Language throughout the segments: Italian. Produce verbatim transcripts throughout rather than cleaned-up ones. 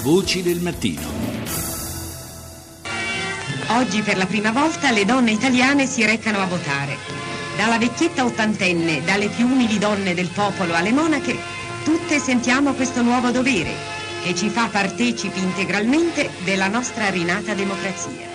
Voci del mattino. Oggi per la prima volta le donne italiane si recano a votare. Dalla vecchietta ottantenne, dalle più umili donne del popolo alle monache, tutte sentiamo questo nuovo dovere che ci fa partecipi integralmente della nostra rinata democrazia.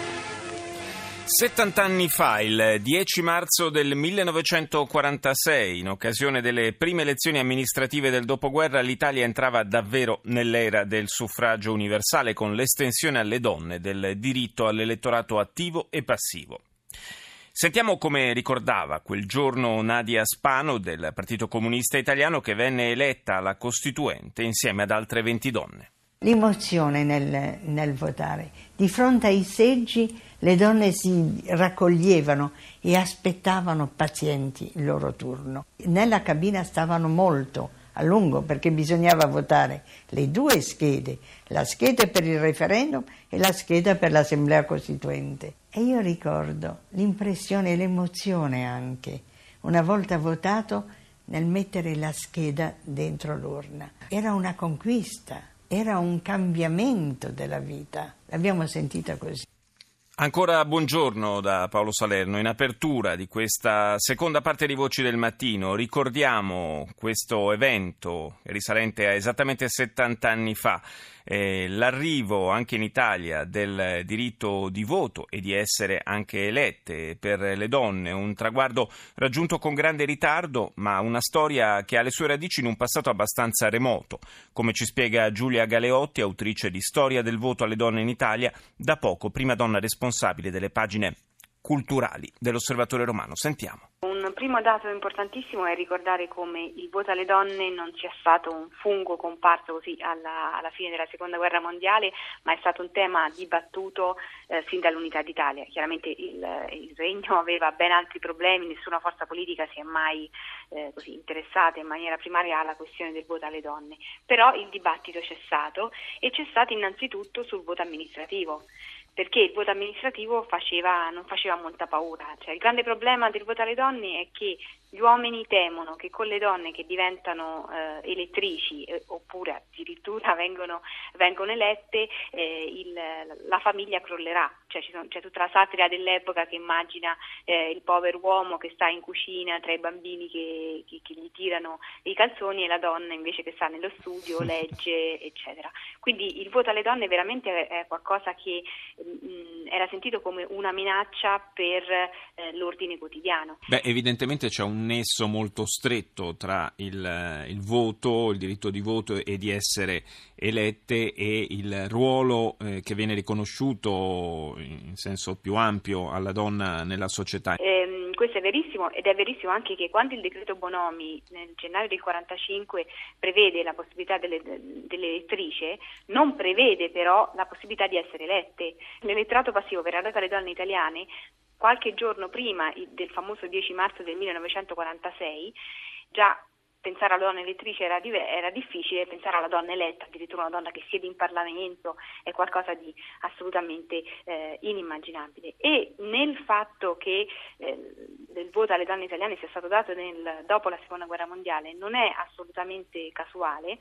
settanta anni fa, il dieci marzo del millenovecentoquarantasei, in occasione delle prime elezioni amministrative del dopoguerra, l'Italia entrava davvero nell'era del suffragio universale con l'estensione alle donne del diritto all'elettorato attivo e passivo. Sentiamo come ricordava quel giorno Nadia Spano del Partito Comunista Italiano, che venne eletta alla Costituente insieme ad altre venti donne. L'emozione nel, nel votare. Di fronte ai seggi le donne si raccoglievano e aspettavano pazienti il loro turno. Nella cabina stavano molto a lungo perché bisognava votare le due schede, la scheda per il referendum e la scheda per l'Assemblea Costituente. E io ricordo l'impressione e l'emozione anche, una volta votato, nel mettere la scheda dentro l'urna. Era una conquista. Era un cambiamento della vita, l'abbiamo sentita così. Ancora buongiorno da Paolo Salerno. In apertura di questa seconda parte di Voci del Mattino ricordiamo questo evento risalente a esattamente settanta anni fa, eh, l'arrivo anche in Italia del diritto di voto e di essere anche elette per le donne, un traguardo raggiunto con grande ritardo, ma una storia che ha le sue radici in un passato abbastanza remoto, come ci spiega Giulia Galeotti, autrice di Storia del voto alle donne in Italia, da poco prima donna responsabile delle pagine culturali dell'Osservatore Romano. Sentiamo. Un primo dato importantissimo è ricordare come il voto alle donne non sia stato un fungo comparso così alla, alla fine della Seconda Guerra Mondiale, ma è stato un tema dibattuto eh, sin dall'Unità d'Italia. Chiaramente il, il Regno aveva ben altri problemi, nessuna forza politica si è mai eh, così interessata in maniera primaria alla questione del voto alle donne. Però il dibattito c'è stato e c'è stato innanzitutto sul voto amministrativo, perché il voto amministrativo faceva, non faceva molta paura. Cioè, il grande problema del voto alle donne è che gli uomini temono che con le donne che diventano eh, elettrici eh, oppure addirittura vengono, vengono elette eh, il, la famiglia crollerà. Cioè, ci sono, c'è tutta la satira dell'epoca che immagina eh, il povero uomo che sta in cucina tra i bambini che, che, che gli tirano i calzoni e la donna invece che sta nello studio, legge, eccetera. Quindi il voto alle donne veramente è qualcosa che mh, era sentito come una minaccia per eh, l'ordine quotidiano. Beh, evidentemente c'è un nesso molto stretto tra il, il voto, il diritto di voto e di essere elette e il ruolo eh, che viene riconosciuto in senso più ampio alla donna nella società. Eh, questo è verissimo, ed è verissimo anche che quando il decreto Bonomi nel gennaio del quarantacinque prevede la possibilità delle, dell'elettrice, non prevede però la possibilità di essere elette. L'elettorato passivo verrà dato alle donne italiane qualche giorno prima del famoso dieci marzo del millenovecentoquarantasei. Già pensare alla donna elettrice era, div- era difficile, pensare alla donna eletta, addirittura una donna che siede in Parlamento, è qualcosa di assolutamente eh, inimmaginabile. E nel fatto che eh, il voto alle donne italiane sia stato dato nel, dopo la Seconda Guerra Mondiale non è assolutamente casuale,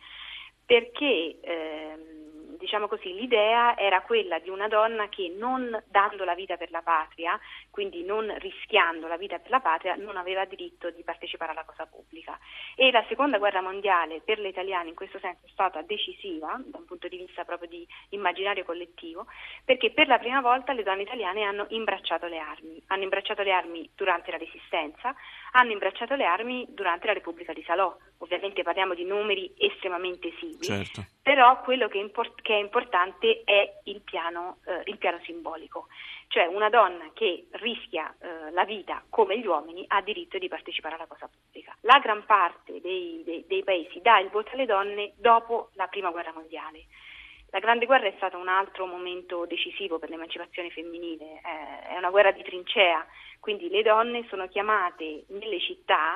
perché eh, diciamo così, l'idea era quella di una donna che, non dando la vita per la patria, quindi non rischiando la vita per la patria, non aveva diritto di partecipare alla cosa pubblica. E la Seconda Guerra Mondiale per le italiane in questo senso è stata decisiva da un punto di vista proprio di immaginario collettivo, perché per la prima volta le donne italiane hanno imbracciato le armi, hanno imbracciato le armi durante la Resistenza, hanno imbracciato le armi durante la Repubblica di Salò. Ovviamente parliamo di numeri estremamente esigui, certo. Però quello che, import- che è importante è il piano, eh, il piano simbolico, cioè una donna che rischia eh, la vita come gli uomini ha diritto di partecipare alla cosa pubblica. La gran parte dei, dei, dei paesi dà il voto alle donne dopo la Prima Guerra Mondiale. La Grande Guerra è stato un altro momento decisivo per l'emancipazione femminile, eh, è una guerra di trincea, quindi le donne sono chiamate nelle città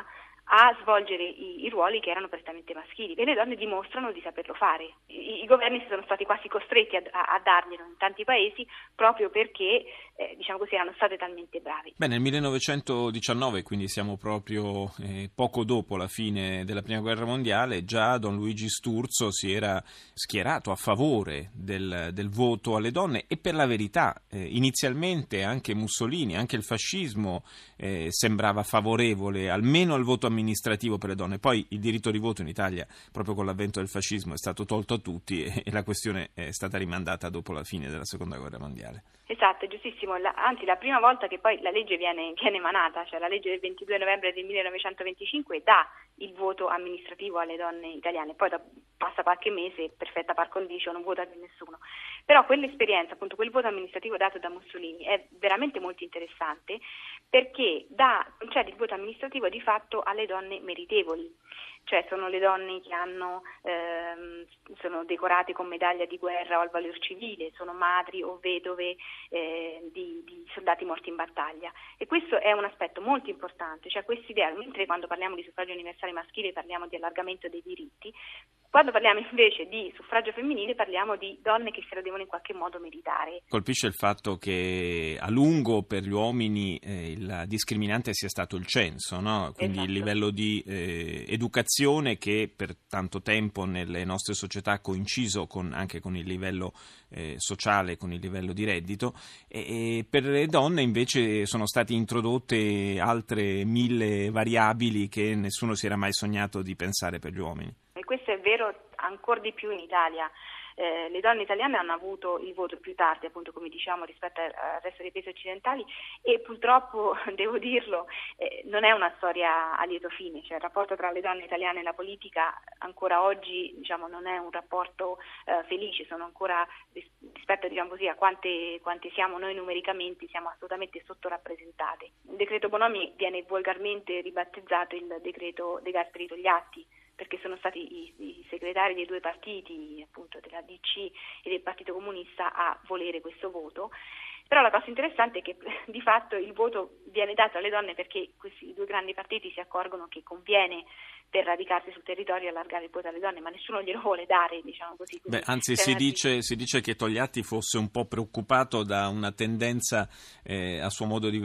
a svolgere i, i ruoli che erano prettamente maschili, e le donne dimostrano di saperlo fare. I, i governi sono stati quasi costretti a, a, a darglielo in tanti paesi proprio perché eh, diciamo così erano state talmente bravi. Beh, nel millenovecentodiciannove, quindi siamo proprio eh, poco dopo la fine della Prima Guerra Mondiale, già Don Luigi Sturzo si era schierato a favore del, del voto alle donne, e per la verità eh, inizialmente anche Mussolini, anche il fascismo eh, sembrava favorevole almeno al voto amministrativo per le donne. Poi il diritto di voto in Italia, proprio con l'avvento del fascismo, è stato tolto a tutti e, e la questione è stata rimandata dopo la fine della Seconda Guerra Mondiale. Esatto, è giustissimo. La, anzi, la prima volta che poi la legge viene, viene emanata, cioè la legge del ventidue novembre del millenovecentoventicinque, dà il voto amministrativo alle donne italiane. Poi da, passa qualche mese, perfetta par condicio, non vota più nessuno. Però quell'esperienza, appunto quel voto amministrativo dato da Mussolini, è veramente molto interessante, perché dà, concede il voto amministrativo di fatto alle donne meritevoli. Cioè sono le donne che hanno, ehm, sono decorate con medaglia di guerra o al valor civile, sono madri o vedove eh, di, di soldati morti in battaglia, e questo è un aspetto molto importante, cioè quest'idea, mentre quando parliamo di suffragio universale maschile parliamo di allargamento dei diritti, quando parliamo invece di suffragio femminile parliamo di donne che se la devono in qualche modo meritare. Colpisce il fatto che a lungo per gli uomini eh, la discriminante sia stato il censo, no? Quindi esatto. Il livello di eh, educazione che per tanto tempo nelle nostre società ha coinciso con, anche con il livello eh, sociale, con il livello di reddito, e, e per le donne invece sono state introdotte altre mille variabili che nessuno si era mai sognato di pensare per gli uomini. E questo è vero ancora di più in Italia. Eh, le donne italiane hanno avuto il voto più tardi, appunto come diciamo, rispetto al resto dei paesi occidentali, e purtroppo, devo dirlo, eh, non è una storia a lieto fine, cioè il rapporto tra le donne italiane e la politica ancora oggi, diciamo, non è un rapporto eh, felice, sono ancora, rispetto, diciamo così, a quante, quante siamo noi numericamente, siamo assolutamente sottorappresentate. Il decreto Bonomi viene volgarmente ribattezzato il decreto De Gasperi Togliatti, perché sono stati i, i segretari dei due partiti, appunto della D C e del Partito Comunista, a volere questo voto. Però la cosa interessante è che di fatto il voto viene dato alle donne perché questi due grandi partiti si accorgono che conviene, per radicarsi sul territorio, allargare il voto alle donne, ma nessuno glielo vuole dare, diciamo così. Beh, anzi si dice, si dice che Togliatti fosse un po' preoccupato da una tendenza eh, a suo modo di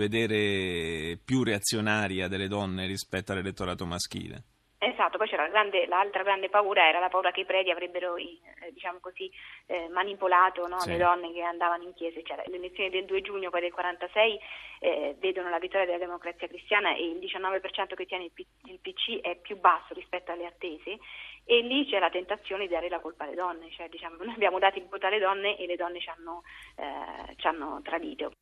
vedere più reazionaria delle donne rispetto all'elettorato maschile. Esatto, poi c'era la grande, l'altra grande paura, era la paura che i preti avrebbero, eh, diciamo così, eh, manipolato, no? Sì. Le donne che andavano in chiesa, eccetera. Le elezioni del due giugno, poi del quarantasei, eh, vedono la vittoria della Democrazia Cristiana, e il diciannove per cento che tiene il, P- il P C è più basso rispetto alle attese, e lì c'è la tentazione di dare la colpa alle donne, cioè diciamo noi abbiamo dato il voto alle donne e le donne ci hanno, eh, ci hanno tradito.